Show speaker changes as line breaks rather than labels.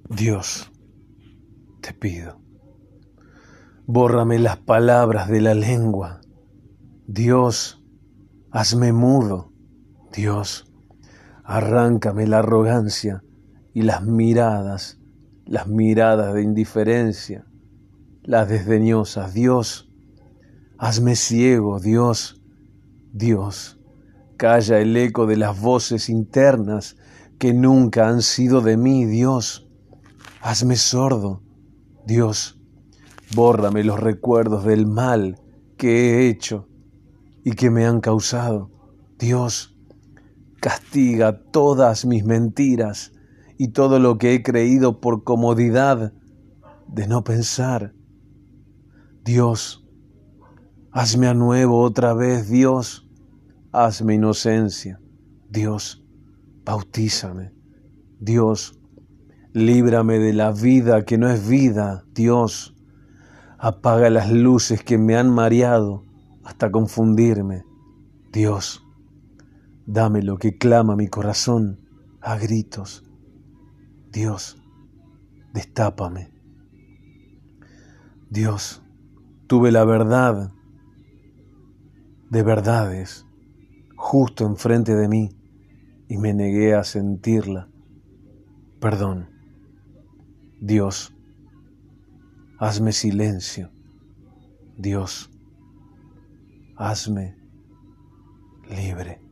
Dios, te pido, bórrame las palabras de la lengua. Dios, hazme mudo. Dios, arráncame la arrogancia y las miradas de indiferencia, las desdeñosas. Dios, hazme ciego. Dios, Dios, calla el eco de las voces internas que nunca han sido de mí. Dios, hazme sordo. Dios, bórrame los recuerdos del mal que he hecho y que me han causado. Dios, castiga todas mis mentiras y todo lo que he creído por comodidad de no pensar. Dios, hazme a nuevo otra vez. Dios, hazme inocencia. Dios, bautízame. Dios, líbrame de la vida que no es vida. Dios, apaga las luces que me han mareado hasta confundirme. Dios, dame lo que clama mi corazón a gritos. Dios, destápame. Dios, tuve la verdad de verdades justo enfrente de mí y me negué a sentirla. Perdón. Dios, hazme silencio. Dios, hazme libre.